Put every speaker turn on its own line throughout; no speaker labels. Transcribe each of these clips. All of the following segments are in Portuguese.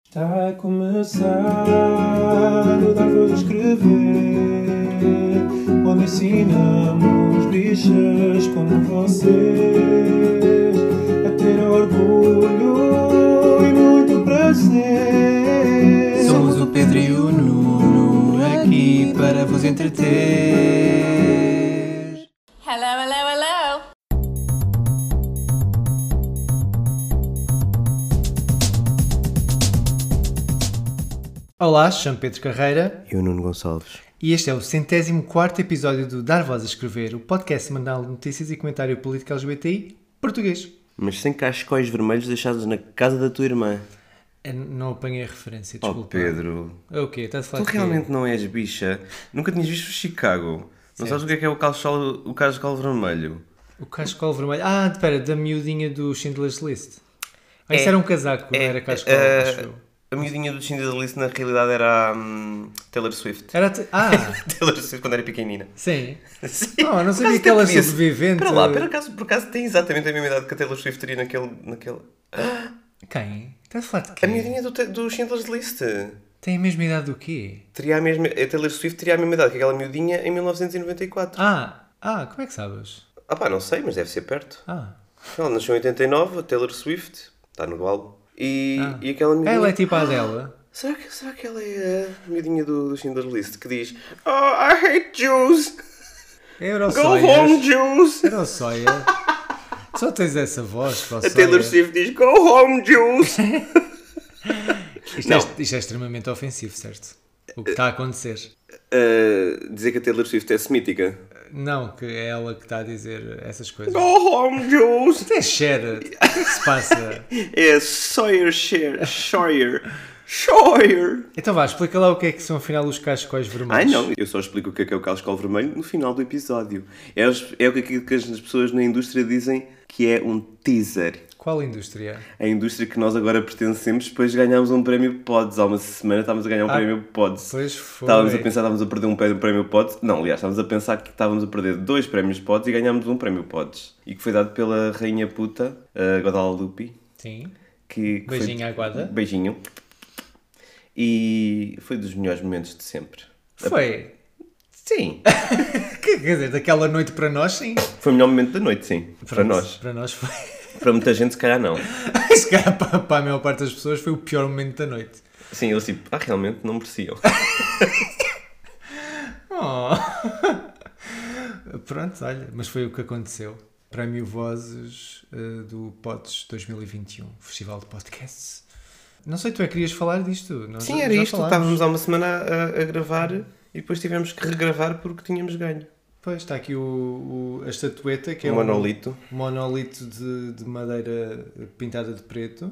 Está a começar o Dar Voz a Escrever, onde ensinamos bichas como vocês a ter orgulho e muito prazer.
Somos o Pedro e o Nuno, aqui para vos entreter.
Hello, hello, hello!
Olá, chamo Pedro Carreira
E o Nuno Gonçalves.
e este é o 104º episódio do Dar Voz a Escrever, o podcast semanal de notícias e comentário político LGBTI português.
Mas sem cascóis vermelhos deixados na casa da tua irmã.
Eu não apanhei a referência,
Oh
desculpa.
Pedro,
É o quê? Estás a falar
tu
de quê?
realmente não és bicha? Nunca tinhas visto o Chicago? Não sabes o que é o cascol vermelho?
O cascol vermelho. Ah, espera, da miudinha do Schindler's List. Ah, isso era um casaco, não era cascol, acho eu.
A miudinha do Schindler's List na realidade era Taylor Swift. Taylor Swift quando era pequenina.
Sim.
Sim.
Oh, não
Por
sabia
acaso
que ela
até podia-
sobrevivente.
Espera lá, por acaso tem exatamente a mesma idade que a Taylor Swift teria naquele...
Quem? Estás a falar de quê?
A miudinha do Schindler's List.
Tem a mesma idade do quê?
A Taylor Swift teria a mesma idade que aquela miudinha em 1994.
Como é que sabes?
Ah pá, não sei, mas deve ser perto.
Ah.
Ela nasceu em 89, a Taylor Swift, está no álbum. E aquela miudinha...
Ela é tipo a Adela.
Será que ela é a miudinha do Schindler's List que diz Oh, I hate Jews!
Era o
Go home, Jews!
Era o Sawyer. Só tens essa voz para o
A Taylor Swift diz Go home, Jews!
Isto é extremamente ofensivo, certo? O que está a acontecer.
Dizer que a Taylor Swift é semítica.
Não, que é ela que está a dizer essas coisas.
Go home, Jews!
Isto é Cher. O que é que se passa?
É Sawyer.
Então vá, explica lá o que é que são afinal os cascóis vermelhos.
Ai não, eu só explico o que é o cascol vermelho no final do episódio. É o que as pessoas na indústria dizem que é um teaser.
Qual indústria?
A indústria que nós agora pertencemos, depois ganhámos um prémio Pods. Há uma semana estávamos a ganhar um prémio Pods.
Pois foi.
Estávamos a perder um prémio Pods. Não, aliás, estávamos a pensar que estávamos a perder 2 prémios Pods e ganhámos um prémio Pods. E que foi dado pela rainha puta, a Guadalupe.
Sim.
Beijinho
à guarda.
Beijinho. E foi dos melhores momentos de sempre.
Foi.
Sim.
Quer dizer, daquela noite para nós, sim.
Foi o melhor momento da noite, sim. Para nós.
Para nós foi.
Para muita gente, se calhar não.
Se calhar para a maior parte das pessoas foi o pior momento da noite.
Sim, eles tipo, realmente não mereciam.
Oh. Pronto, olha, mas foi o que aconteceu. Prémio Vozes do Pods 2021, Festival de Podcasts. Não sei, tu querias falar disto? Nós
Sim,
já
era isto.
falámos.
Estávamos há uma semana a gravar e depois tivemos que regravar porque tínhamos ganho.
Pois, está aqui a estatueta, que é
Um monolito.
um monolito de madeira pintada de preto.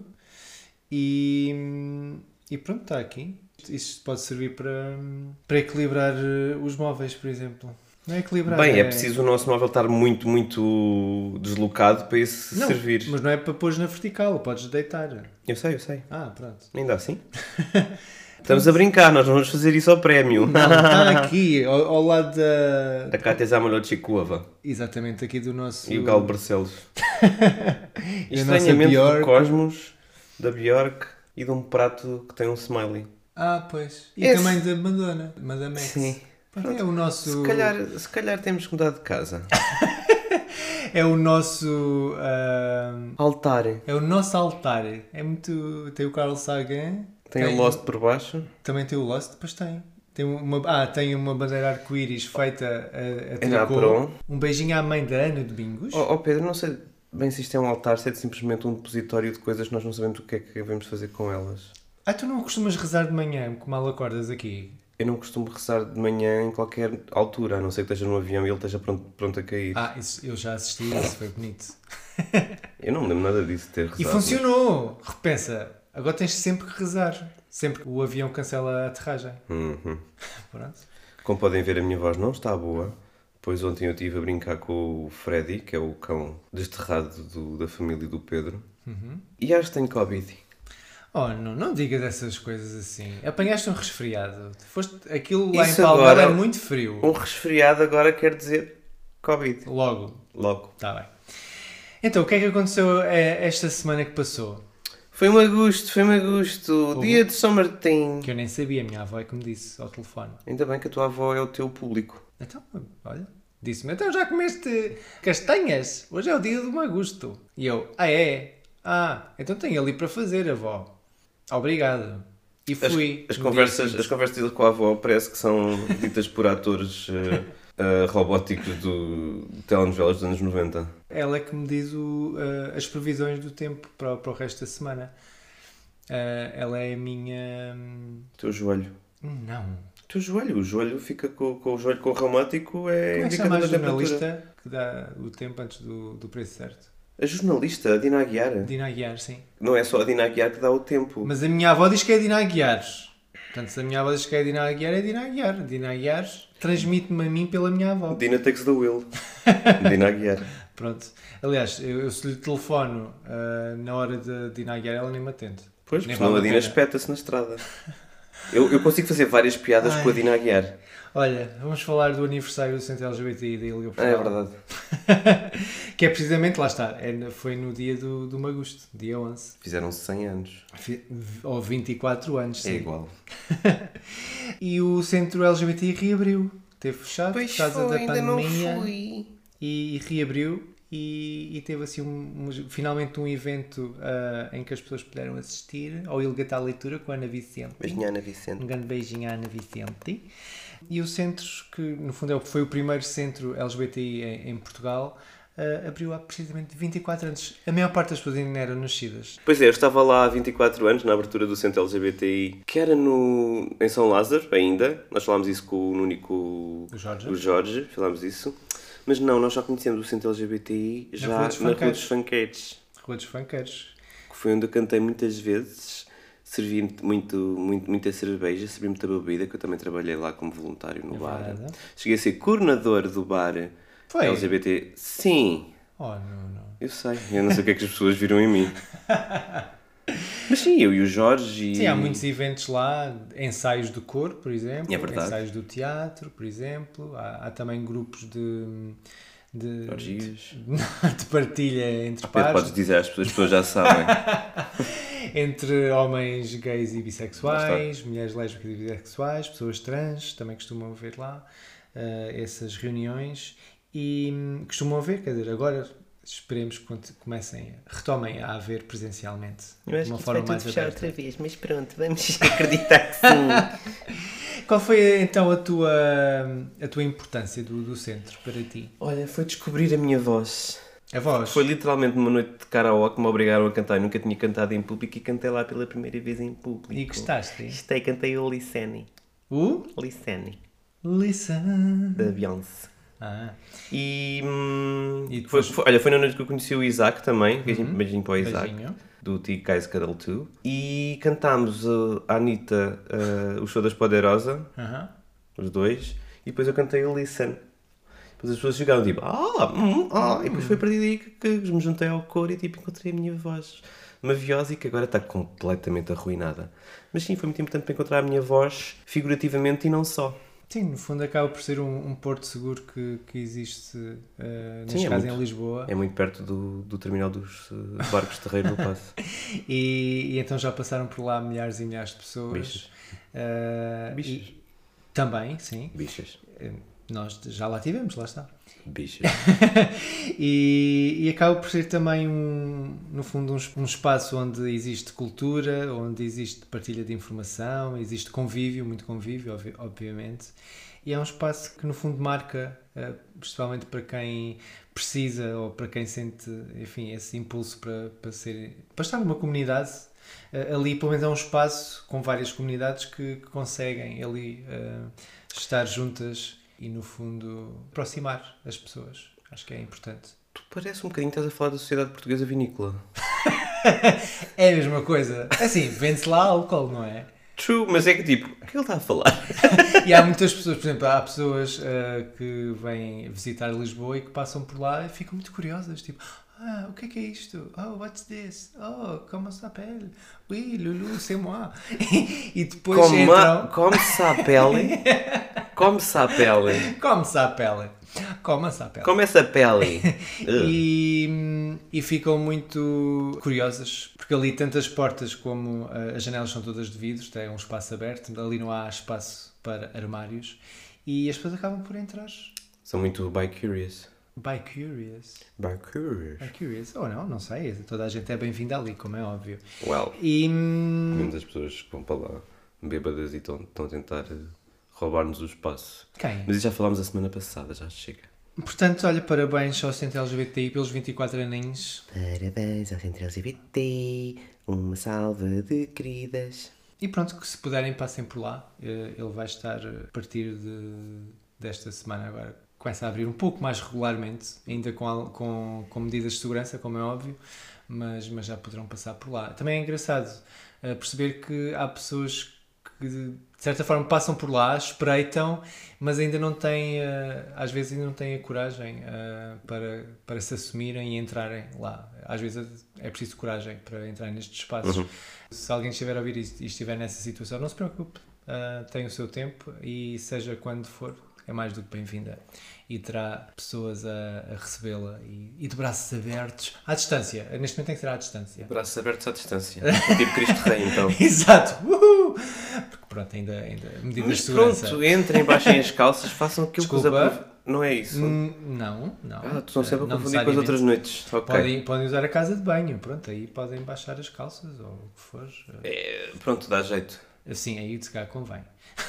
E pronto, está aqui. Isto pode servir para equilibrar os móveis, por exemplo. Não é equilibrar.
Bem, é preciso o nosso móvel estar muito, muito deslocado para isso
Não,
servir.
mas não é para pôr na vertical, podes deitar.
Eu sei.
Pronto.
Ainda assim. Estamos a brincar, nós vamos fazer isso ao prémio.
Não, está aqui, ao lado da...
A Cátia Zamolotchikova
Exatamente, aqui do nosso...
e o Galo Barcelos.
E a nossa
Estranhamente
Bjork.
do Cosmos, da Bjork e de um prato que tem um smiley.
Pois. E
Esse.
também da Madonna, Madame X.
Sim.
Pronto, é o nosso...
Se calhar temos que mudar de casa.
É o nosso...
Altar.
É o nosso altar. É muito... Tem o Carl Sagan.
Tem o Lost por baixo.
Também tem o Lost, depois tem. Tem uma bandeira arco-íris feita a
na
tricô.
Apron.
Um beijinho à mãe da Ana Domingos.
Oh Pedro, não sei bem se isto é um altar, se é simplesmente um depositório de coisas que nós não sabemos o que é que devemos fazer com elas.
Tu não costumas rezar de manhã, como mal acordas aqui?
Eu não costumo rezar de manhã em qualquer altura, a não ser que esteja no avião e ele esteja pronto a cair.
Isso, eu já assisti, isso foi bonito.
Eu não me lembro nada disso de ter rezado.
E funcionou! Repensa, agora tens sempre que rezar. Sempre que o avião cancela a aterragem.
Uhum.
Pronto.
Como podem ver, a minha voz não está boa, pois ontem eu estive a brincar com o Freddy, que é o cão desterrado da família do Pedro, e acho que tenho Covid.
Oh, não digas essas coisas assim. Apanhaste um resfriado. Aquilo lá
Isso
em Palmeiras
agora-
é muito frio.
Um resfriado agora quer dizer Covid.
Logo.
Logo.
Está bem. Então, o que é que aconteceu esta semana que passou?
Foi um agosto. Dia de São Martim.
Que eu nem sabia, a minha avó é que me disse ao telefone.
Ainda bem que a tua avó é o teu público.
Então, olha, disse-me, então já comeste castanhas? Hoje é o dia do agosto. E eu, é? Então tenho ali para fazer, avó. Obrigado. E fui.
As conversas com a avó parece que são ditas por atores robóticos de telenovelas dos anos 90.
Ela é que me diz as previsões do tempo para o resto da semana. Ela é a minha...
Teu joelho.
Não.
Teu joelho. O joelho fica com o joelho com reumático.
Como é que chama
indicador
a
da temperatura.
jornalista que dá o tempo antes do preço certo?
A jornalista, a Dina Aguiar.
Dina Aguiar, sim.
Não é só a Dina Aguiar que dá o tempo.
Mas a minha avó diz que é Dina Aguiar. Portanto, se a minha avó diz que é Dina Aguiar, é Dina Aguiar. Dina Aguiar transmite-me a mim pela minha avó.
Dina takes the wheel. Dina Aguiar.
Pronto. Aliás, eu se lhe telefono na hora de Dina Aguiar, ela nem me atende.
Pois,
Nem
porque senão a
vale
Dina
pena.
espeta-se na estrada. Eu consigo fazer várias piadas com a Dina Aguiar.
Olha, vamos falar do aniversário do Centro LGBTI da Ilha Portugal.
É verdade.
Que é precisamente, lá está, foi no dia do Agosto, dia 11.
Fizeram 100 anos.
Ou 24 anos, sim.
É igual.
E o Centro LGBTI reabriu. Teve fechado
Pois
por causa
foi,
da
ainda
pandemia.
não fui.
E reabriu e teve assim finalmente um evento em que as pessoas puderam assistir ao Ilgata à Leitura com a Ana Vicente.
Beijinha, Ana Vicente.
Um grande beijinho à Ana Vicente. E o centro, que no fundo foi o primeiro centro LGBTI em Portugal, abriu há precisamente 24 anos. A maior parte das pessoas ainda eram nascidas.
Pois é, eu estava lá há 24 anos, na abertura do Centro LGBTI, que era em São Lázaro, ainda. Nós falámos isso com o Nuno e com o Jorge, falámos isso. Mas não, nós já conhecemos o Centro LGBTI já na Rua dos Funkeiros.
Rua dos Funkeiros.
Que foi onde eu cantei muitas vezes, servi muita cerveja, servi muita bebida, que eu também trabalhei lá como voluntário no bar.
Verdade.
Cheguei a ser coordenador do bar
Foi?
LGBT. Sim,
Oh, não.
eu sei. Eu não sei o que é que as pessoas viram em mim. Mas sim, eu e o Jorge.
Sim, há muitos eventos lá, ensaios do coro, por exemplo,
É verdade.
ensaios do teatro, por exemplo. Há também grupos de
Orgias.
de partilha entre
Pedro,
pares.
podes dizer às pessoas, as pessoas já sabem.
Entre homens gays e bissexuais, mulheres lésbicas e bissexuais, pessoas trans, também costumam haver lá essas reuniões e costumam haver, quer dizer, agora esperemos que retomem a haver presencialmente,
Eu acho
de uma
que
forma
vai
mais
tudo fechar
aberta.
outra vez, mas pronto, vamos acreditar que sim.
Qual foi então a tua importância do centro para ti?
Olha, foi descobrir a minha voz.
A voz?
Foi literalmente uma noite de karaoke que me obrigaram a cantar. Eu nunca tinha cantado em público e cantei lá pela primeira vez em público.
E gostaste?
Gostei, cantei o Licene. Licene,
Listen.
da Beyoncé.
E,
E depois-
foi na noite que eu conheci o Isaac também. Beijinho para o Isaac.
Beijinho.
Do T Guys Cuddle 2. E cantámos a Anitta, o show das Poderosa, os dois. E depois eu cantei o Listen. Depois as pessoas chegaram tipo, e depois foi a partir daí que me juntei ao coro e tipo, encontrei a minha voz maviosa e que agora está completamente arruinada. Mas sim, foi muito importante para encontrar a minha voz figurativamente e não só.
Sim, no fundo acaba por ser um porto seguro que existe, neste
Sim,
caso
muito.
em Lisboa.
É muito perto do terminal dos barcos de Terreiro do Passo.
E então já passaram por lá milhares e milhares de pessoas.
Bichas. Bichas.
E também, sim.
Bichas.
Nós já lá tivemos, lá está.
Bichas.
E acaba por ser também, no fundo, um espaço onde existe cultura, onde existe partilha de informação, existe convívio, muito convívio, obviamente. E é um espaço que, no fundo, marca, principalmente para quem precisa ou para quem sente, enfim, esse impulso para estar numa comunidade. Ali, pelo menos, é um espaço com várias comunidades que conseguem ali estar juntas e, no fundo, aproximar as pessoas. Acho que é importante.
Tu parece um bocadinho que estás a falar da Sociedade Portuguesa Vinícola.
É a mesma coisa. Assim, vende-se lá álcool, não é?
True, mas é que tipo, o que ele está a falar?
E há muitas pessoas, por exemplo, há pessoas que vêm visitar Lisboa e que passam por lá e ficam muito curiosas, tipo, o que é isto? Oh, what's this? Oh, comment s'appelle? Oui, Lulu, c'est moi. E depois entram...
Como se a pele? Como se a pele?
Como s'appelle? Coma-se à pele.
Come essa pele.
E ficam muito curiosas, porque ali tanto as portas como as janelas são todas de vidro, tem um espaço aberto, ali não há espaço para armários, e as pessoas acabam por entrar.
São muito bi-curious.
Bi-curious.
Bi-curious.
Bi-curious. Ou não sei. Toda a gente é bem-vinda ali, como é óbvio.
Well,
E...
muitas pessoas que vão para lá bêbadas e estão a tentar roubar-nos o espaço.
Quem?
Mas isso já falámos a semana passada, já chega.
Portanto, olha, parabéns ao Centro LGBTI pelos 24 aninhos.
Parabéns ao Centro LGBT, uma salva de queridas.
E pronto, que se puderem passem por lá. Ele vai estar a partir desta semana agora. Começa a abrir um pouco mais regularmente, ainda com medidas de segurança, como é óbvio, mas já poderão passar por lá. Também é engraçado perceber que há pessoas que de certa forma passam por lá, espreitam, mas ainda não têm, às vezes ainda não têm a coragem para se assumirem e entrarem lá. Às vezes é preciso coragem para entrar nestes espaços. Se alguém estiver a ouvir isto e estiver nessa situação, não se preocupe, tem o seu tempo e seja quando for, é mais do que bem-vinda. E terá pessoas a recebê-la e de braços abertos, à distância. Neste momento tem que ser à distância.
Braços abertos à distância. Tipo Cristo Rei, então.
Exato! Uhul! Porque pronto, ainda medidas
Mas
de segurança.
pronto, entrem, baixem as calças, façam aquilo
Desculpa.
que os Não é isso?
Não.
Estou sempre a
Não
confundir com as outras noites. Ok.
Podem usar a casa de banho, pronto, aí podem baixar as calças ou o que for.
Pronto, dá jeito.
Assim, aí de se calhar convém.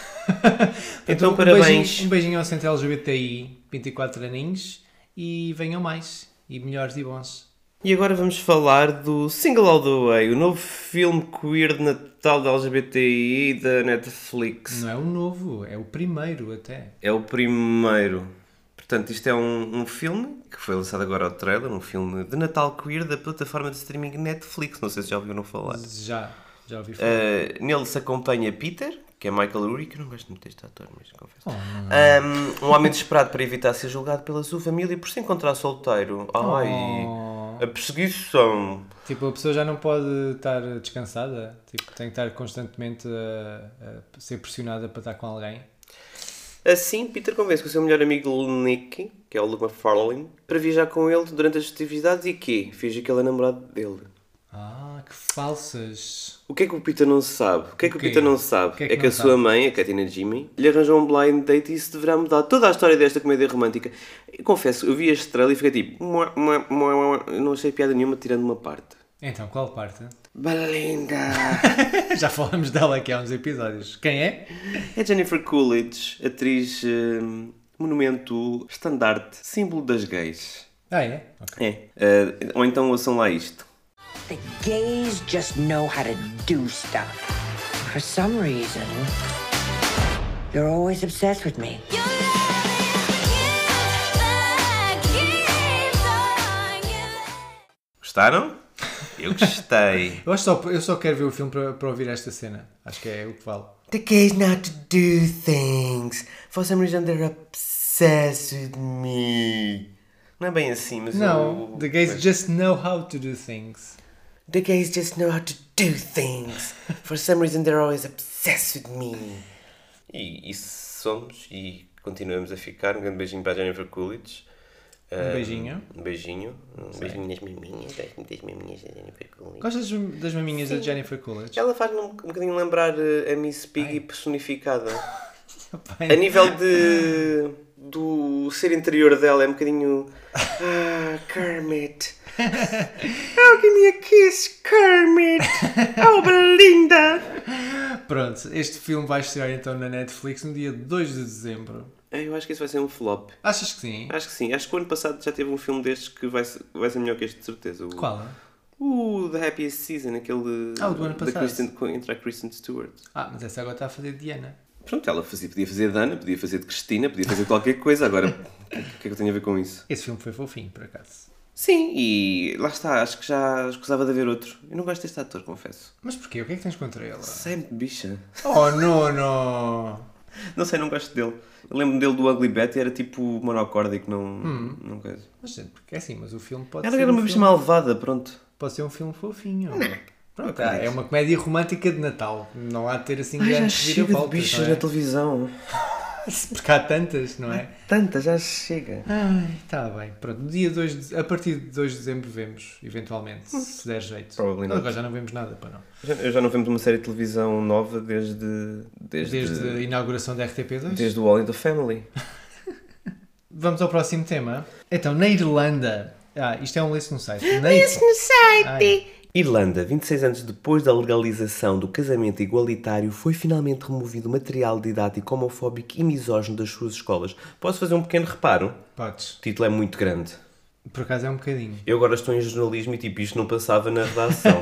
Então,
Um
parabéns.
beijinho ao Centro LGBTI, 24 aninhos, e venham mais, e melhores e bons.
E agora vamos falar do Single All The Way, o novo filme queer de Natal da LGBTI da Netflix.
Não é o novo, é o primeiro até.
É o primeiro. Portanto, isto é um filme que foi lançado agora ao trailer, um filme de Natal queer da plataforma de streaming Netflix. Não sei se já ouviram falar.
Já ouvi falar.
Nele se acompanha Peter, que é Michael Urie, que eu não gosto muito deste ator, mas confesso. Um homem desesperado para evitar ser julgado pela sua família por se encontrar solteiro. A perseguição.
Tipo, a pessoa já não pode estar descansada? Tipo, tem que estar constantemente a ser pressionada para estar com alguém?
Assim, Peter convence o seu melhor amigo Nick, que é o Luke McFarlane, para viajar com ele durante as festividades e quê? Finge que ele é namorado dele.
Que falsas.
O que é que o Peter não sabe? O que é que o Peter não sabe?
Que é que
a sua mãe, a Katina Jimmy, lhe arranjou um blind date e isso deverá mudar toda a história desta comédia romântica. Eu confesso, eu vi este trailer e fiquei tipo... Eu não achei piada nenhuma tirando uma parte.
Então, qual parte?
Belinda!
Já falamos dela aqui há uns episódios. Quem é?
É Jennifer Coolidge, atriz monumento, estandarte, símbolo das gays.
É? Ok.
Ou então ouçam lá isto.
The gays just know how to do stuff. For some reason, you're always obsessed with me.
Gostaram? Eu gostei.
Eu só quero ver o filme para ouvir esta cena. Acho que é o que vale.
The gays know how to do things. For some reason they're obsessed with me.
Não é bem assim, mas
Não, the gays just know how to do things.
The gays just know how to do things. For some reason they're always obsessed with me.
E isso somos e continuamos a ficar. Um grande beijinho para a Jennifer Coolidge.
Um beijinho.
Um beijinho.
Um beijinho nas maminhas, das maminhas da Jennifer Coolidge.
Gostas das maminhas da Jennifer Coolidge?
Ela faz-me um bocadinho lembrar a Miss Piggy personificada. A nível do ser interior dela é um bocadinho... Kermit. Oh, give me a kiss, Kermit. Oh, Belinda.
Pronto, este filme vai estrear então na Netflix no dia 2 de dezembro.
Eu acho que isso vai ser um flop.
Achas que sim?
Acho que sim. Acho que o ano passado já teve um filme destes que vai ser melhor que este, de certeza.
Qual?
O The Happiest Season, aquele
o do ano passado.
entre a Kristen Stewart.
Mas essa agora está a fazer Diana.
Pronto, ela podia fazer de Ana, podia fazer de Cristina, podia fazer qualquer coisa. Agora, o que é que eu tenho a ver com isso?
Esse filme foi fofinho, por acaso.
Sim, e lá está, acho que já escusava de haver outro. Eu não gosto deste ator, confesso.
Mas porquê? O que é que tens contra ele?
Sempre bicha.
Oh, não!
Não sei, não gosto dele. Eu lembro dele do Ugly Betty, era tipo monocórdico, não coisa.
Mas porque é assim, mas o filme pode
Ela
ser
era uma bicha malvada, pronto.
Pode ser um filme fofinho. Pronto, é uma comédia romântica de Natal. Não há de ter assim grandes
chega de
viravoltas,
bichos
não é?
na televisão.
Porque há tantas, não é?
Tanta, já chega.
Ai, está bem. Pronto, no dia 2 a partir de 2 de dezembro vemos, eventualmente, se der jeito.
Provavelmente.
Agora já não vemos nada, para não.
Eu já não vemos uma série de televisão nova desde
Desde a inauguração da RTP2?
Desde o All in the Family.
Vamos ao próximo tema. Então, na Irlanda... isto é um lance no site.
Irlanda, 26 anos depois da legalização do casamento igualitário, foi finalmente removido o material didático homofóbico e misógino das suas escolas. Posso fazer um pequeno reparo?
Podes.
O título é muito grande.
Por acaso é um bocadinho.
Eu agora estou em jornalismo e tipo, isto não passava na redação.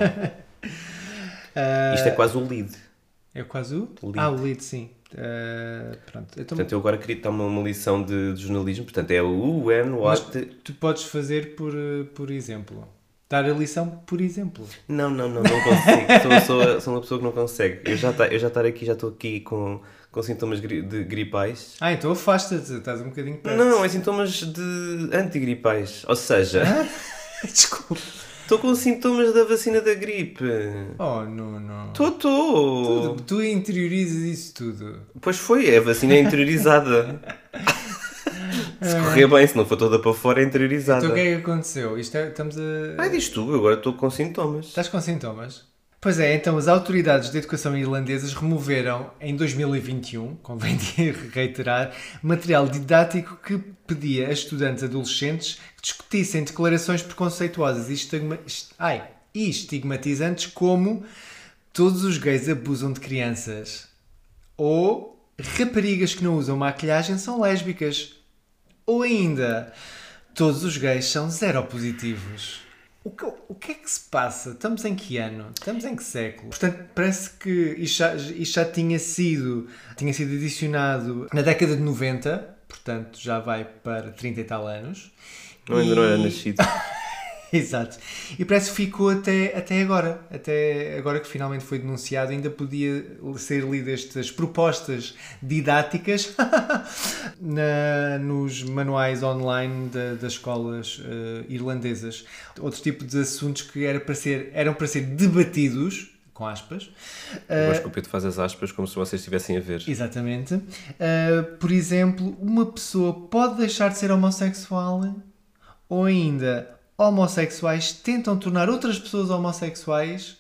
Isto é quase o lead.
É quase o?
Lead.
O lead, sim. Pronto.
Portanto, eu agora queria tomar uma lição de jornalismo. Portanto, é o when, what...
Tu podes fazer por exemplo. Dar a lição por exemplo.
Não consigo. Sou uma pessoa que não consegue. Eu já estou aqui com sintomas de gripais.
Então afasta-te, estás um bocadinho perto.
Não, é sintomas de antigripais. Ou seja...
Desculpa.
Estou com sintomas da vacina da gripe.
Oh, não.
Estou.
Tu interiorizas isso tudo.
Pois foi, é a vacina interiorizada. Se correr bem, se não for toda para fora, é interiorizada.
Então o que é que aconteceu? Estamos a...
Diz tu, eu agora estou com sintomas.
Estás com sintomas? Pois é, então as autoridades de educação irlandesas removeram, em 2021, convém reiterar, material didático que pedia a estudantes adolescentes que discutissem declarações preconceituosas e estigmatizantes como todos os gays abusam de crianças ou raparigas que não usam maquilhagem são lésbicas ou ainda todos os gays são seropositivos. O que é que se passa? Estamos em que ano? Estamos em que século? Portanto, parece que isto já tinha sido adicionado na década de 90, portanto já vai para 30 e tal anos.
Ainda não era nascido.
Exato. E parece que ficou até agora. Até agora que finalmente foi denunciado, ainda podia ser lidas estas propostas didáticas nos manuais online das escolas irlandesas. Outro tipo de assuntos que eram para ser debatidos, com aspas.
Eu gosto que o Pedro faz as aspas como se vocês estivessem a ver.
Exatamente. Por exemplo, uma pessoa pode deixar de ser homossexual ou ainda... homossexuais tentam tornar outras pessoas homossexuais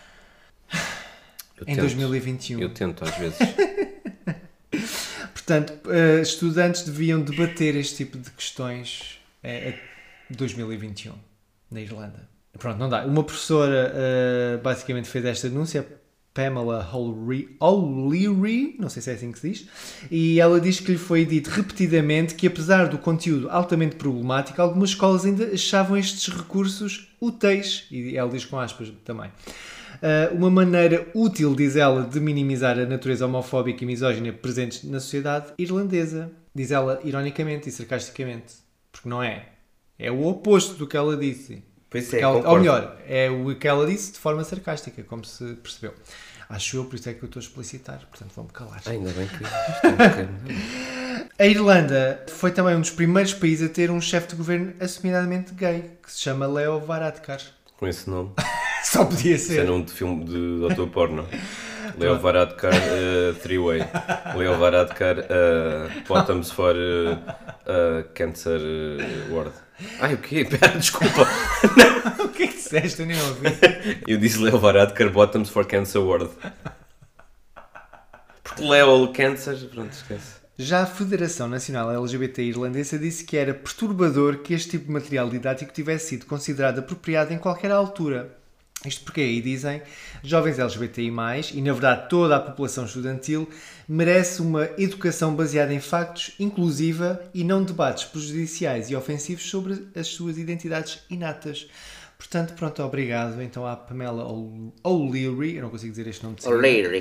em 2021.
Eu tento, às vezes.
Portanto, estudantes deviam debater este tipo de questões em 2021, na Irlanda. Pronto, não dá. Uma professora basicamente fez esta denúncia, Pamela O'Leary, não sei se é assim que se diz, e ela diz que lhe foi dito repetidamente que, apesar do conteúdo altamente problemático, algumas escolas ainda achavam estes recursos úteis, e ela diz com aspas também. Uma maneira útil, diz ela, de minimizar a natureza homofóbica e misógina presentes na sociedade irlandesa. Diz ela ironicamente e sarcasticamente, porque não é. É o oposto do que ela disse.
Pois é,
ou melhor, é o que ela disse de forma sarcástica, como se percebeu. Acho eu, por isso é que eu estou a explicitar, portanto vou-me calar.
Ainda bem que...
A Irlanda foi também um dos primeiros países a ter um chefe de governo assumidamente gay, que se chama Leo Varadkar.
Com esse nome.
Só podia ser.
Isso é nome de filme de autor porno. Leo Varadkar, Three-Way. Leo Varadkar, Bottoms for Cancer Ward. O quê? Pera, desculpa.
O que é que disseste? Eu nem ouvi.
Eu disse Leo Varadkar, Bottoms for Cancer Ward. Porque Leo Cancer, pronto, esquece.
Já a Federação Nacional LGBT Irlandesa disse que era perturbador que este tipo de material didático tivesse sido considerado apropriado em qualquer altura. Isto porque aí dizem, jovens LGBTI+, e na verdade toda a população estudantil, merece uma educação baseada em factos, inclusiva e não debates prejudiciais e ofensivos sobre as suas identidades inatas. Portanto, pronto, obrigado então à Pamela O'Leary, eu não consigo dizer este nome de
O'Leary.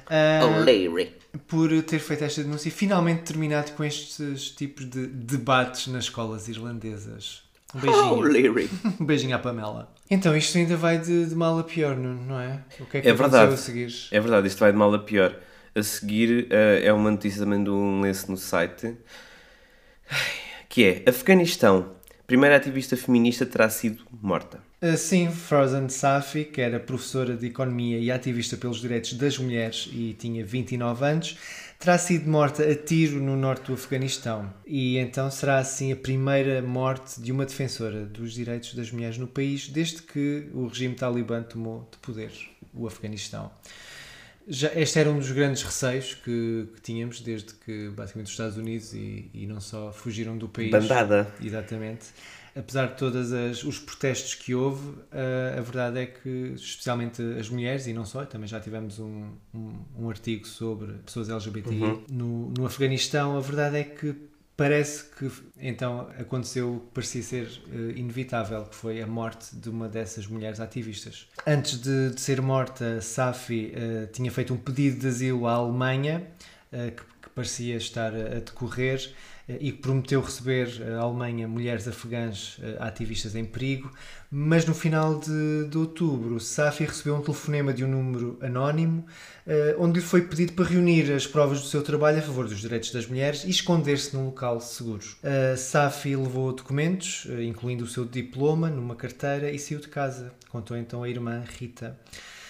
por ter feito esta denúncia e finalmente terminado com estes tipos de debates nas escolas irlandesas. Um beijinho.
O'Leary.
Um beijinho à Pamela. Então, isto ainda vai de mal a pior, não é? O que é que
É
aconteceu
verdade.
a seguir?
É verdade, isto vai de mal a pior. A seguir é uma notícia também de um lance no site, que é: Afeganistão, primeira ativista feminista terá sido morta.
Sim, Frozen Safi, que era professora de Economia e ativista pelos direitos das mulheres e tinha 29 anos, terá sido morta a tiro no norte do Afeganistão. E então será assim a primeira morte de uma defensora dos direitos das mulheres no país desde que o regime talibã tomou de poder o Afeganistão. Este era um dos grandes receios que tínhamos desde que basicamente os Estados Unidos e não só fugiram do país.
Bandada.
Exatamente. Apesar de todos os protestos que houve, a verdade é que, especialmente as mulheres, e não só, também já tivemos um artigo sobre pessoas LGBTI no Afeganistão, a verdade é que parece que então aconteceu o que parecia ser inevitável, que foi a morte de uma dessas mulheres ativistas. Antes de ser morta, Safi tinha feito um pedido de asilo à Alemanha, que parecia estar a decorrer, e que prometeu receber a Alemanha mulheres afegãs ativistas em perigo, mas no final de outubro, Safi recebeu um telefonema de um número anónimo, onde lhe foi pedido para reunir as provas do seu trabalho a favor dos direitos das mulheres e esconder-se num local seguro. Safi levou documentos, incluindo o seu diploma, numa carteira e saiu de casa, contou então a irmã Rita.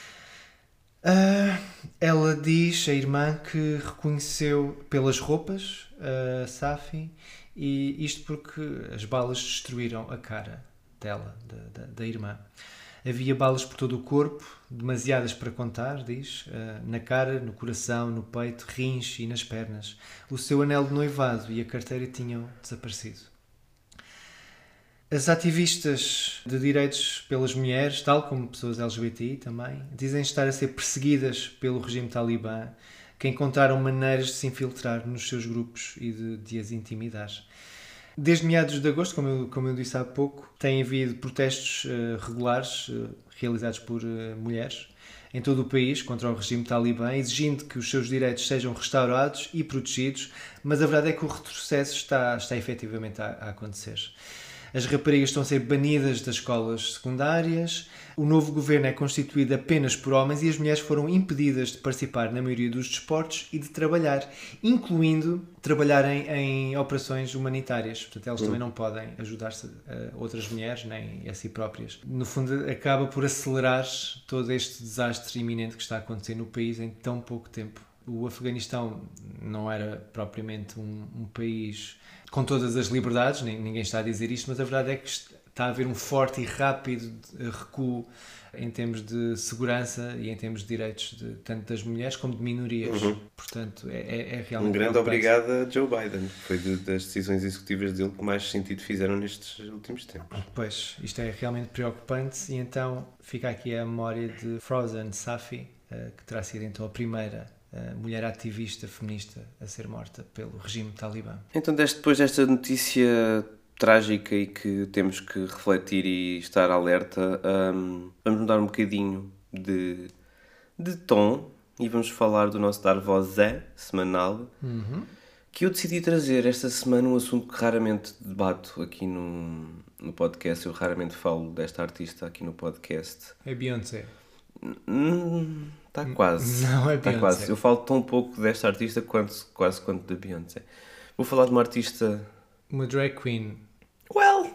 Ela diz, a irmã, que reconheceu pelas roupas Safi, e isto porque as balas destruíram a cara dela, da irmã. Havia balas por todo o corpo, demasiadas para contar, diz, na cara, no coração, no peito, rins e nas pernas. O seu anel de noivado e a carteira tinham desaparecido. As ativistas de direitos pelas mulheres, tal como pessoas LGBTI também, dizem estar a ser perseguidas pelo regime talibã, que encontraram maneiras de se infiltrar nos seus grupos e de as intimidar. Desde meados de agosto, como eu disse há pouco, tem havido protestos regulares realizados por mulheres em todo o país contra o regime talibã, exigindo que os seus direitos sejam restaurados e protegidos, mas a verdade é que o retrocesso está efetivamente a acontecer. As raparigas estão a ser banidas das escolas secundárias, o novo governo é constituído apenas por homens e as mulheres foram impedidas de participar na maioria dos desportos e de trabalhar, incluindo trabalhar em operações humanitárias. Portanto, elas também não podem ajudar-se a outras mulheres, nem a si próprias. No fundo, acaba por acelerar todo este desastre iminente que está a acontecer no país em tão pouco tempo. O Afeganistão não era propriamente um país com todas as liberdades, ninguém está a dizer isto, mas a verdade é que está a haver um forte e rápido recuo em termos de segurança e em termos de direitos tanto das mulheres como de minorias. Portanto, é realmente...
Um grande obrigado a Joe Biden. Foi das decisões executivas dele que mais sentido fizeram nestes últimos tempos.
Pois, isto é realmente preocupante, e então fica aqui a memória de Frozen Safi, que terá sido então a primeira mulher ativista feminista a ser morta pelo regime talibã.
Então, depois desta notícia trágica e que temos que refletir e estar alerta, vamos mudar um bocadinho de tom e vamos falar do nosso Dar Voz semanal, que eu decidi trazer esta semana um assunto que raramente debato aqui no podcast. Eu raramente falo desta artista aqui no podcast.
É Beyoncé.
Está quase.
Não é Beyoncé.
Está quase. Eu falo tão pouco desta artista quase quanto da Beyoncé. Vou falar de uma artista...
Uma drag queen.
Well!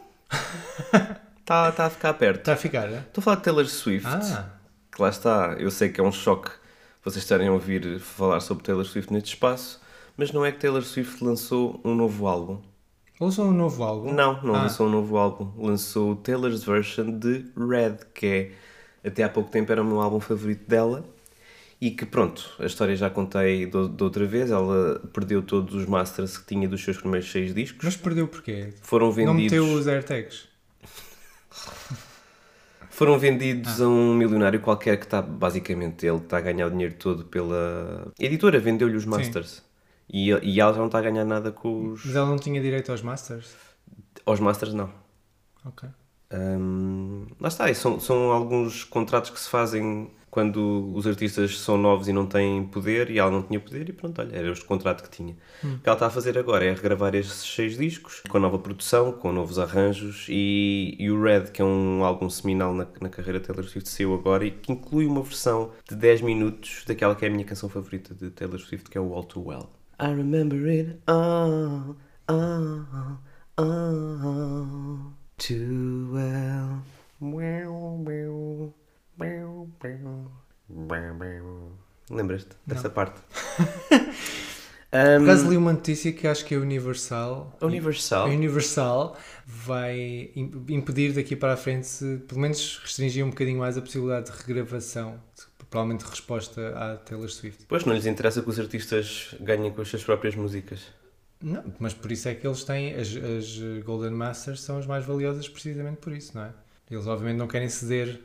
Está a ficar perto.
Está a ficar, é?
Estou a falar de Taylor Swift. Que lá está. Eu sei que é um choque vocês estarem a ouvir falar sobre Taylor Swift neste espaço, mas não é que Taylor Swift lançou um novo álbum.
Lançou um novo álbum?
Não lançou um novo álbum. Lançou Taylor's version de Red, que é... Até há pouco tempo era o meu álbum favorito dela, e que pronto, a história já contei de outra vez. Ela perdeu todos os masters que tinha dos seus primeiros 6 discos.
Mas perdeu porquê?
Foram vendidos...
Não meteu os AirTags?
Foram vendidos a um milionário qualquer que está, basicamente, ele está a ganhar o dinheiro todo pela... A editora vendeu-lhe os masters. E ela já não está a ganhar nada com os...
Mas ela não tinha direito aos masters?
Aos masters, não.
Ok.
Lá está, são alguns contratos que se fazem quando os artistas são novos e não têm poder, e ela não tinha poder, e pronto, olha, era o contrato que tinha. O que ela está a fazer agora é regravar esses 6 discos, com nova produção, com novos arranjos, e o Red, que é um álbum seminal na carreira de Taylor Swift, saiu agora, e que inclui uma versão de 10 minutos daquela que é a minha canção favorita de Taylor Swift, que é o All Too Well. I remember it all, all, all. Too well. Lembras-te dessa parte?
Por acaso li uma notícia que acho que a Universal vai impedir daqui para a frente, pelo menos restringir um bocadinho mais a possibilidade de regravação, provavelmente resposta à Taylor Swift.
Pois, não lhes interessa que os artistas ganhem com as suas próprias músicas.
Não, mas por isso é que eles têm, as Golden Masters são as mais valiosas precisamente por isso, não é? Eles obviamente não querem ceder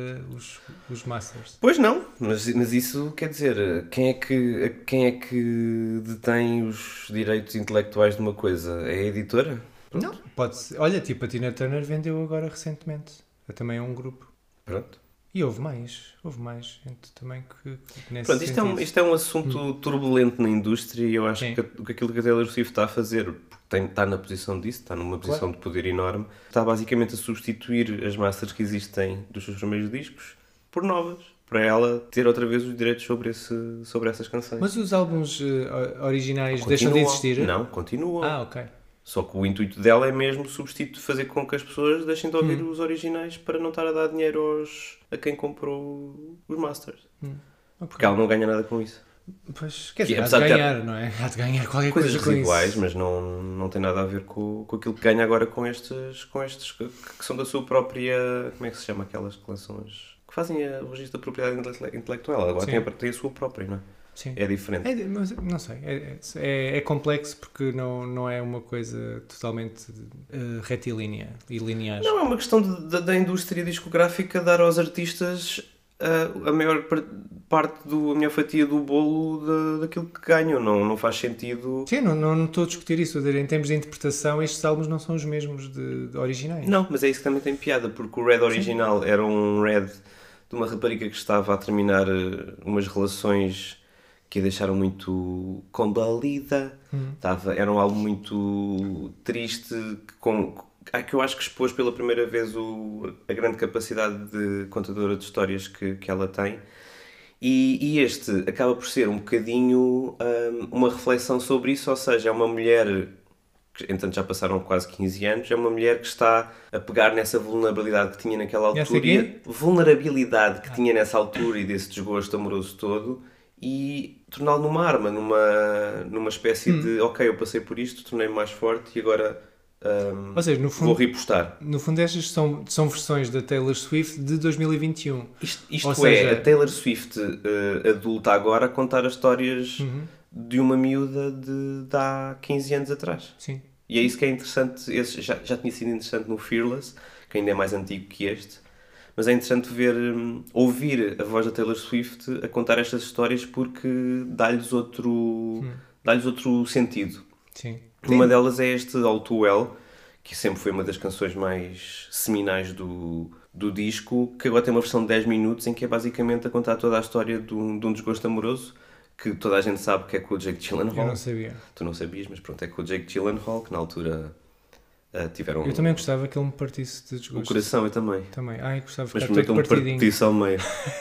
os Masters.
Pois não, mas isso quer dizer, quem é que detém os direitos intelectuais de uma coisa? É a editora? Pronto.
Não, pode ser. Olha, tipo a Tina Turner vendeu agora recentemente. Também é um grupo.
Pronto.
E houve mais gente também que nesse
Pronto,
sentido.
isto é um assunto turbulento na indústria e eu acho que aquilo que a Taylor Swift está a fazer, porque está na posição disso, está numa posição de poder enorme, está basicamente a substituir as masters que existem dos seus primeiros discos por novas, para ela ter outra vez os direitos sobre essas canções.
Mas os álbuns originais deixam de existir?
Não, continuam.
Ah, ok.
Só que o intuito dela é mesmo fazer com que as pessoas deixem de ouvir os originais para não estar a dar dinheiro a quem comprou os masters. Porque ela não ganha nada com isso.
Pois, quer dizer, há de ganhar, não é? Há de ganhar qualquer coisa com isso.
Coisas residuais, mas não tem nada a ver com aquilo que ganha agora com estes que são da sua própria... Como é que se chama aquelas que lançam que fazem o registro da propriedade intelectual. Agora tem a sua própria, não é?
Sim.
É diferente.
Mas, não sei, é complexo porque não é uma coisa totalmente retilínea e linear.
Não, é uma questão da indústria discográfica dar aos artistas a maior parte a minha fatia do bolo daquilo que ganham. Não faz sentido...
Sim, não estou a discutir isso. Em termos de interpretação, estes álbuns não são os mesmos de originais.
Não, mas é isso que também tem piada, porque o Red original era um Red de uma rapariga que estava a terminar umas relações... que a deixaram muito condolida. Era um álbum muito triste, que eu acho que expôs pela primeira vez a grande capacidade de contadora de histórias que ela tem. E este acaba por ser um bocadinho uma reflexão sobre isso, ou seja, é uma mulher... Entretanto já passaram quase 15 anos, é uma mulher que está a pegar nessa vulnerabilidade que tinha naquela altura. Vulnerabilidade que tinha nessa altura e desse desgosto amoroso todo... e torná-lo numa arma, numa espécie de ok, eu passei por isto, tornei-me mais forte e agora
ou seja, no fundo,
vou repostar.
No fundo estas são versões da Taylor Swift de 2021.
Isto seja, a Taylor Swift adulta agora a contar as histórias de uma miúda de há 15 anos atrás.
Sim.
E é isso que é interessante, esse já tinha sido interessante no Fearless, que ainda é mais antigo que este. Mas é interessante ouvir a voz da Taylor Swift a contar estas histórias porque dá-lhes outro sentido.
Sim.
Uma delas é este All Too Well, que sempre foi uma das canções mais seminais do disco, que agora tem uma versão de 10 minutos em que é basicamente a contar toda a história de um desgosto amoroso, que toda a gente sabe que é com o Jake Gyllenhaal.
Eu não sabia.
Tu não sabias, mas pronto, é com o Jake Gyllenhaal, que na altura... tiveram...
Eu também gostava que ele me partisse de desgosto.
O coração, eu também.
Ai, gostava de
mas
ficar todo partidinho.
Partisse ao meio.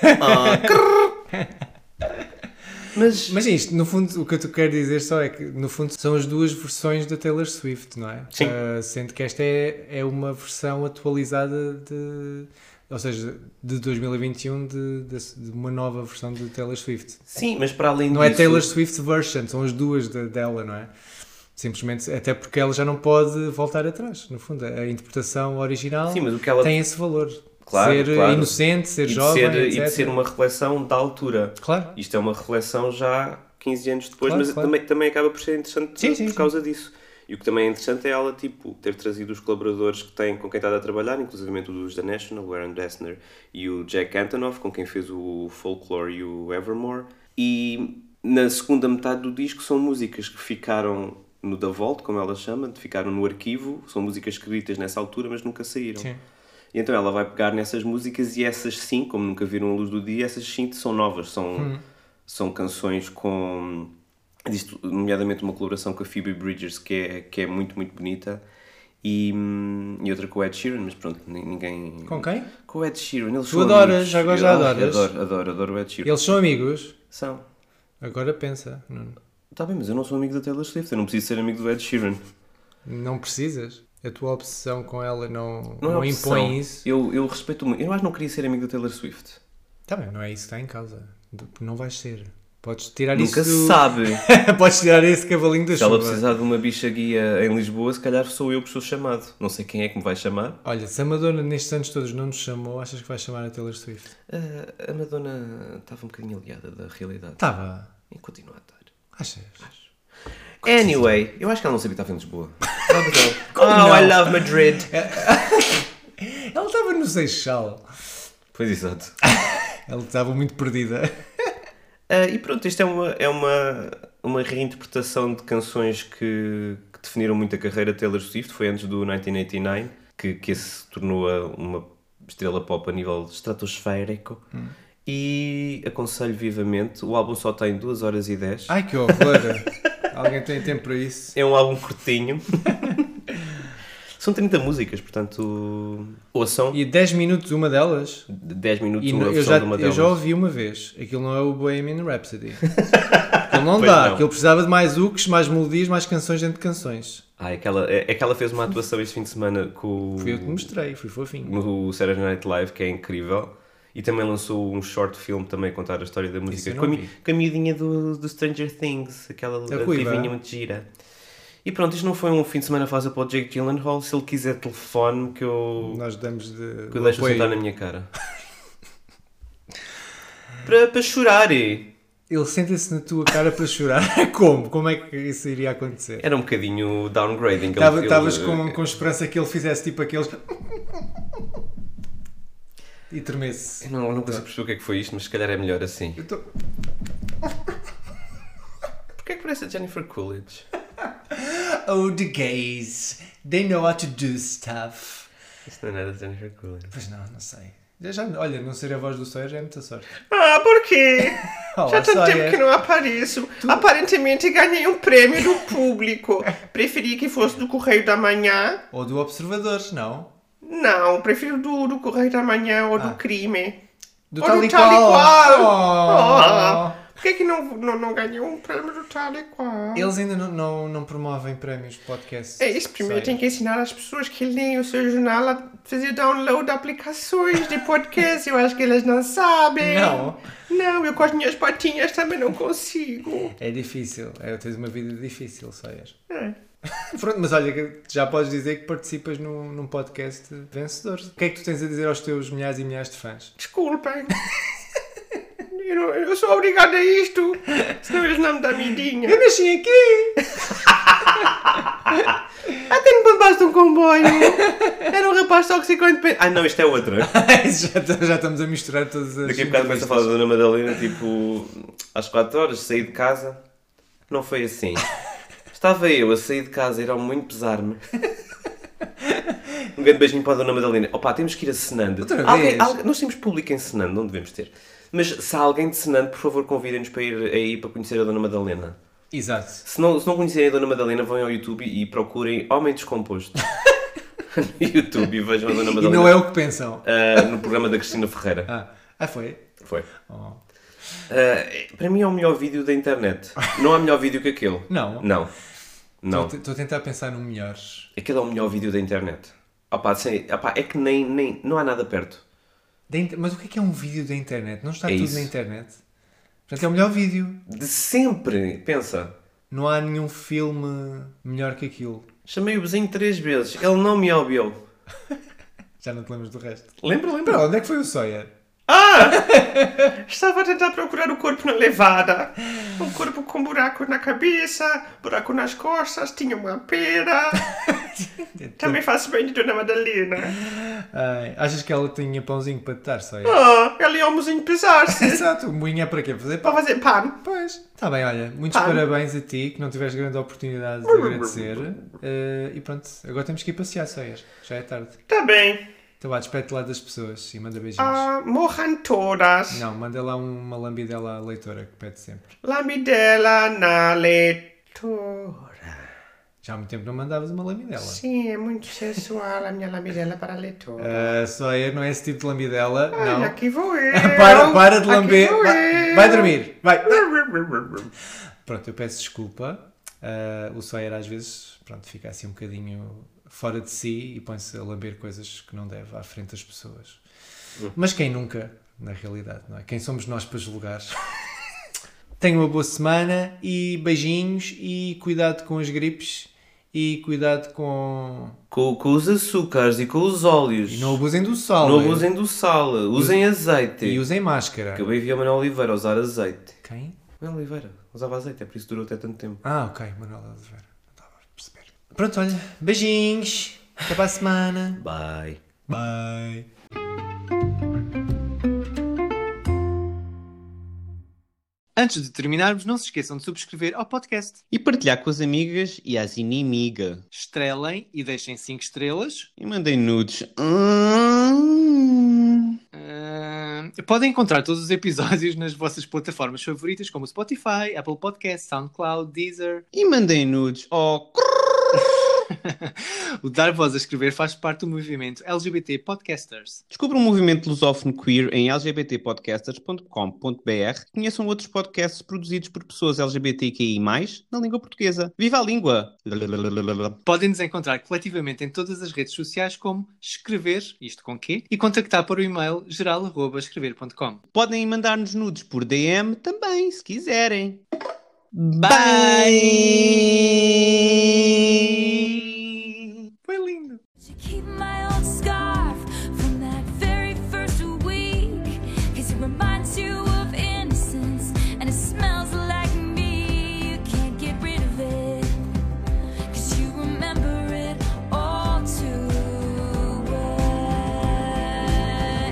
Mas isto, no fundo, o que eu te quero dizer só é que, no fundo, são as duas versões da Taylor Swift, não é?
Sim.
Sendo que esta é uma versão atualizada ou seja, de 2021 de uma nova versão de Taylor Swift.
Sim, mas para além
não
disso...
é Taylor Swift version, são as duas dela, não é? Simplesmente, até porque ela já não pode voltar atrás, no fundo. A interpretação original
Sim, mas o que ela...
tem esse valor.
Claro,
ser inocente, ser jovem, etc.
E de ser uma reflexão da altura.
Claro.
Isto é uma reflexão já 15 anos depois,
claro,
mas
claro.
Também acaba por ser interessante por causa disso. E o que também é interessante é ela ter trazido os colaboradores com quem está a trabalhar, inclusive os da National, o Aaron Dessner e o Jack Antonoff, com quem fez o Folklore e o Evermore. E na segunda metade do disco são músicas que ficaram no The Vault, como ela chama, ficaram no arquivo, são músicas escritas nessa altura, mas nunca saíram.
Sim.
E então ela vai pegar nessas músicas e essas 5, como nunca viram a luz do dia, essas 5 são novas, são canções com, nomeadamente uma colaboração com a Phoebe Bridgers que é muito, muito bonita, e outra com o Ed Sheeran, mas pronto, ninguém...
Com quem?
Com o Ed Sheeran.
Tu adoras, agora já adoras?
Adoro o Ed Sheeran.
Eles são amigos?
São.
Agora pensa, Nuno.
Está bem, mas eu não sou amigo da Taylor Swift, eu não preciso ser amigo do Ed Sheeran.
Não precisas? A tua obsessão com ela não
Não é
impõe
opção.
isso?
Eu respeito muito. Eu acho que não queria ser amigo da Taylor Swift.
Tá bem, não é isso que está em causa. Não vais ser. Podes tirar
Nunca
isso
se sabe.
Podes tirar esse cavalinho da
Se ela
chuva.
precisar de uma bicha guia em Lisboa, se calhar sou eu que sou chamado. Não sei quem é que me vai chamar.
Olha, se a Madonna nestes anos todos não nos chamou, achas que vai chamar a Taylor Swift?
A Madonna estava um bocadinho aliada da realidade.
Estava.
E continua a estar.
Achas?
Anyway, eu acho que ela não sabia que estava em Lisboa.
não?
I love Madrid.
Ela estava no Seixal.
Pois, exato.
Ela estava muito perdida.
E pronto, isto é uma reinterpretação de canções que definiram muito a carreira de Taylor Swift. Foi antes do 1989 que se tornou uma estrela pop a nível estratosférico. E aconselho vivamente. O álbum só tem 2 horas e 10.
Ai, que horror! Alguém tem tempo para isso?
É um álbum curtinho. São 30 músicas, portanto, ouçam.
E 10 minutos uma delas?
10 minutos
E
uma
eu
versão de uma
eu
delas.
já ouvi uma vez. Aquilo não é o Bohemian Rhapsody. Aquilo não
Pois
dá.
não.
Aquilo precisava de mais hooks, mais melodias, mais canções dentro de canções.
É que ela fez uma atuação este fim de semana com
Fui eu que mostrei, fui fofinho.
no Saturday Night Live, que é incrível. E também lançou um short film também a contar a história da música.
eu não vi.
Com a miudinha do Stranger Things, aquela
ruiva.
divinha muito gira. E pronto, isto não foi um fim de semana fácil para o Jake Gyllenhaal. Se ele quiser telefone, que eu
Nós damos de.
deixo sentar na minha cara. para chorar.
Ele senta-se na tua cara para chorar. Como? Como é que isso iria acontecer?
Era um bocadinho downgrading.
Estavas com esperança que ele fizesse tipo aqueles. E tremesse.
Eu não consigo perceber o que é que foi isto, mas se calhar é melhor assim.
Eu tô...
Porquê é que parece a Jennifer Coolidge?
Oh, the gays. They know how to do stuff.
Isso não é nada de Jennifer Coolidge.
Pois não sei. Olha, não ser a voz do Sawyer já é muita sorte.
Ah, por quê?
Olá,
Já há tanto
Sawyer.
tempo que não apareço. Aparentemente ganhei um prêmio do público. Preferi que fosse do Correio da Manhã.
Ou do Observador, não?
Não, prefiro do Correio da Manhã ou do Crime.
Do
Ou
tal
do
e
Tal e
qual.
Qual. Por que que não ganhou um prêmio do Tal e Qual?
Eles ainda não promovem prémios de podcast.
É isso, primeiro
Sawyer.
tem que ensinar as pessoas que leem o seu jornal a fazer download de aplicações de podcast. Eu acho que elas não sabem.
Não?
Não, eu com as minhas patinhas também não consigo.
É difícil. Tens uma vida difícil, Sawyer.
É.
Pronto, mas olha, já podes dizer que participas num podcast vencedor. O que é que tu tens a dizer aos teus milhares e milhares de fãs?
Desculpem. Eu sou obrigada a isto. Senão eles não me dão midinha.
Eu nasci aqui!
Até me levaste um comboio. Era um rapaz tóxico independente.
Ah não, isto é outra.
já estamos a misturar todas as...
Daqui a bocado começa a falar da Dona Madalena, tipo, às 4 horas, saí de casa. Não foi assim. Estava eu a sair de casa e ir ao muito pesar-me. Um grande beijinho para a Dona Madalena. Opa, temos que ir a Senande.
Outra vez?
Nós temos público em Senande, não devemos ter. Mas se há alguém de Senande, por favor, convidem-nos para ir aí para conhecer a Dona Madalena.
Exato.
Se não conhecerem a Dona Madalena, vão ao YouTube e procurem Homem Descomposto. No YouTube e vejam a Dona
E
Madalena.
não é o que pensam.
No programa da Cristina Ferreira.
Foi?
Foi.
Oh.
Para mim é o melhor vídeo da internet. Não há melhor vídeo que aquele.
Não?
Não. Não.
Estou a tentar pensar no melhor.
Aquele é o melhor vídeo da internet. É que nem não há nada perto.
Mas o que é um vídeo da internet? Não está
É
tudo
isso.
na internet? Portanto, é o melhor vídeo.
De sempre. Pensa.
Não há nenhum filme melhor que aquilo.
Chamei o vizinho 3 vezes. Ele não me ouviu.
Já não te lembras do resto.
Lembra?
Para onde é que foi o Sawyer?
Estava a tentar procurar o corpo na levada. Um corpo com buraco na cabeça, buraco nas costas, tinha uma pera. Também faço bem de Dona Madalena.
Ai, achas que ela tinha pãozinho para te dar, Sawyer?
Ela ia ao mozinho pesar-se.
Exato, o moinho é para quê? Fazer
Para
pão?
fazer pão.
Pois. Está bem, olha, muitos
Pá.
parabéns a ti, que não tiveste grande oportunidade de agradecer. E pronto, agora temos que ir passear, Sawyer. Já é tarde.
Tá bem.
Então vá, despede-te lá das pessoas e manda beijinhos.
Morram todas.
Não, manda lá uma lambidela à leitora, que pede sempre.
Lamidela na leitura.
Já há muito tempo não mandavas uma lambidela.
Sim, é muito sensual a minha lamidela para a leitura.
Sawyer, não é esse tipo de lambidela,
Olha,
não.
aqui vou eu.
Para de lamber.
Aqui vou eu.
Vai dormir. Vai. Pronto, eu peço desculpa. O Sawyer às vezes, pronto, fica assim um bocadinho fora de si e põe-se a lamber coisas que não deve à frente das pessoas. Mas quem nunca, na realidade, não é? Quem somos nós para julgar? Tenham uma boa semana e beijinhos e cuidado com as gripes e cuidado com
os açúcares e com os óleos.
E não abusem do sal.
Não abusem do sal. Usem azeite.
E usem máscara.
Acabei de ver a Manuel Oliveira usar azeite.
Quem?
Manuel Oliveira. Usava azeite, é por isso que durou até tanto tempo.
Ah, ok. Manuel Oliveira. Não estava a perceber. Pronto, olha. Beijinhos. Até para a semana.
Bye.
Bye. Antes de terminarmos, não se esqueçam de subscrever ao podcast.
E partilhar com as amigas e as inimigas.
Estrelem e deixem 5 estrelas.
E mandem nudes.
Podem encontrar todos os episódios nas vossas plataformas favoritas, como Spotify, Apple Podcasts, SoundCloud, Deezer.
E mandem nudes.
O Dar Voz a Escrever faz parte do movimento LGBT Podcasters.
Descubra um movimento lusófono queer em lgbtpodcasters.com.br. Conheçam outros podcasts produzidos por pessoas LGBTQI+, na língua portuguesa. Viva a língua!
Podem nos encontrar coletivamente em todas as redes sociais como Escrever, isto com quê? E contactar para o e-mail geral@escrever.com.
Podem mandar-nos nudes por DM também, se quiserem.
Bye! Foi lindo!
To keep my old scarf from that very first week, 'cause it reminds you of innocence and it smells like me. You can't get rid of it, 'cause you remember it all too well.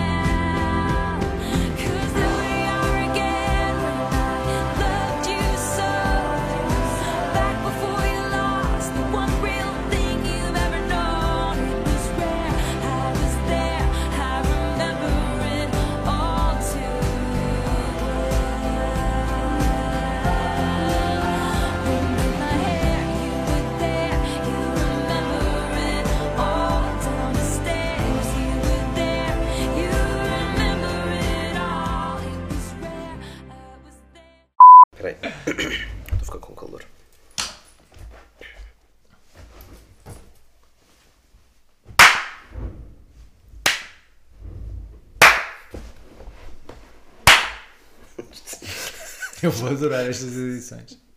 'Cause there we are again when I loved you so, back before you lost the one real thing you've ever known. It was rare, I was there, I remember it all too well. With my hair, you were there, you remember it all. Down the stairs, you were there, you remember it all. It was rare, I was there.
Espera aí. Estou a ficar com calor.
Eu vou adorar estas edições.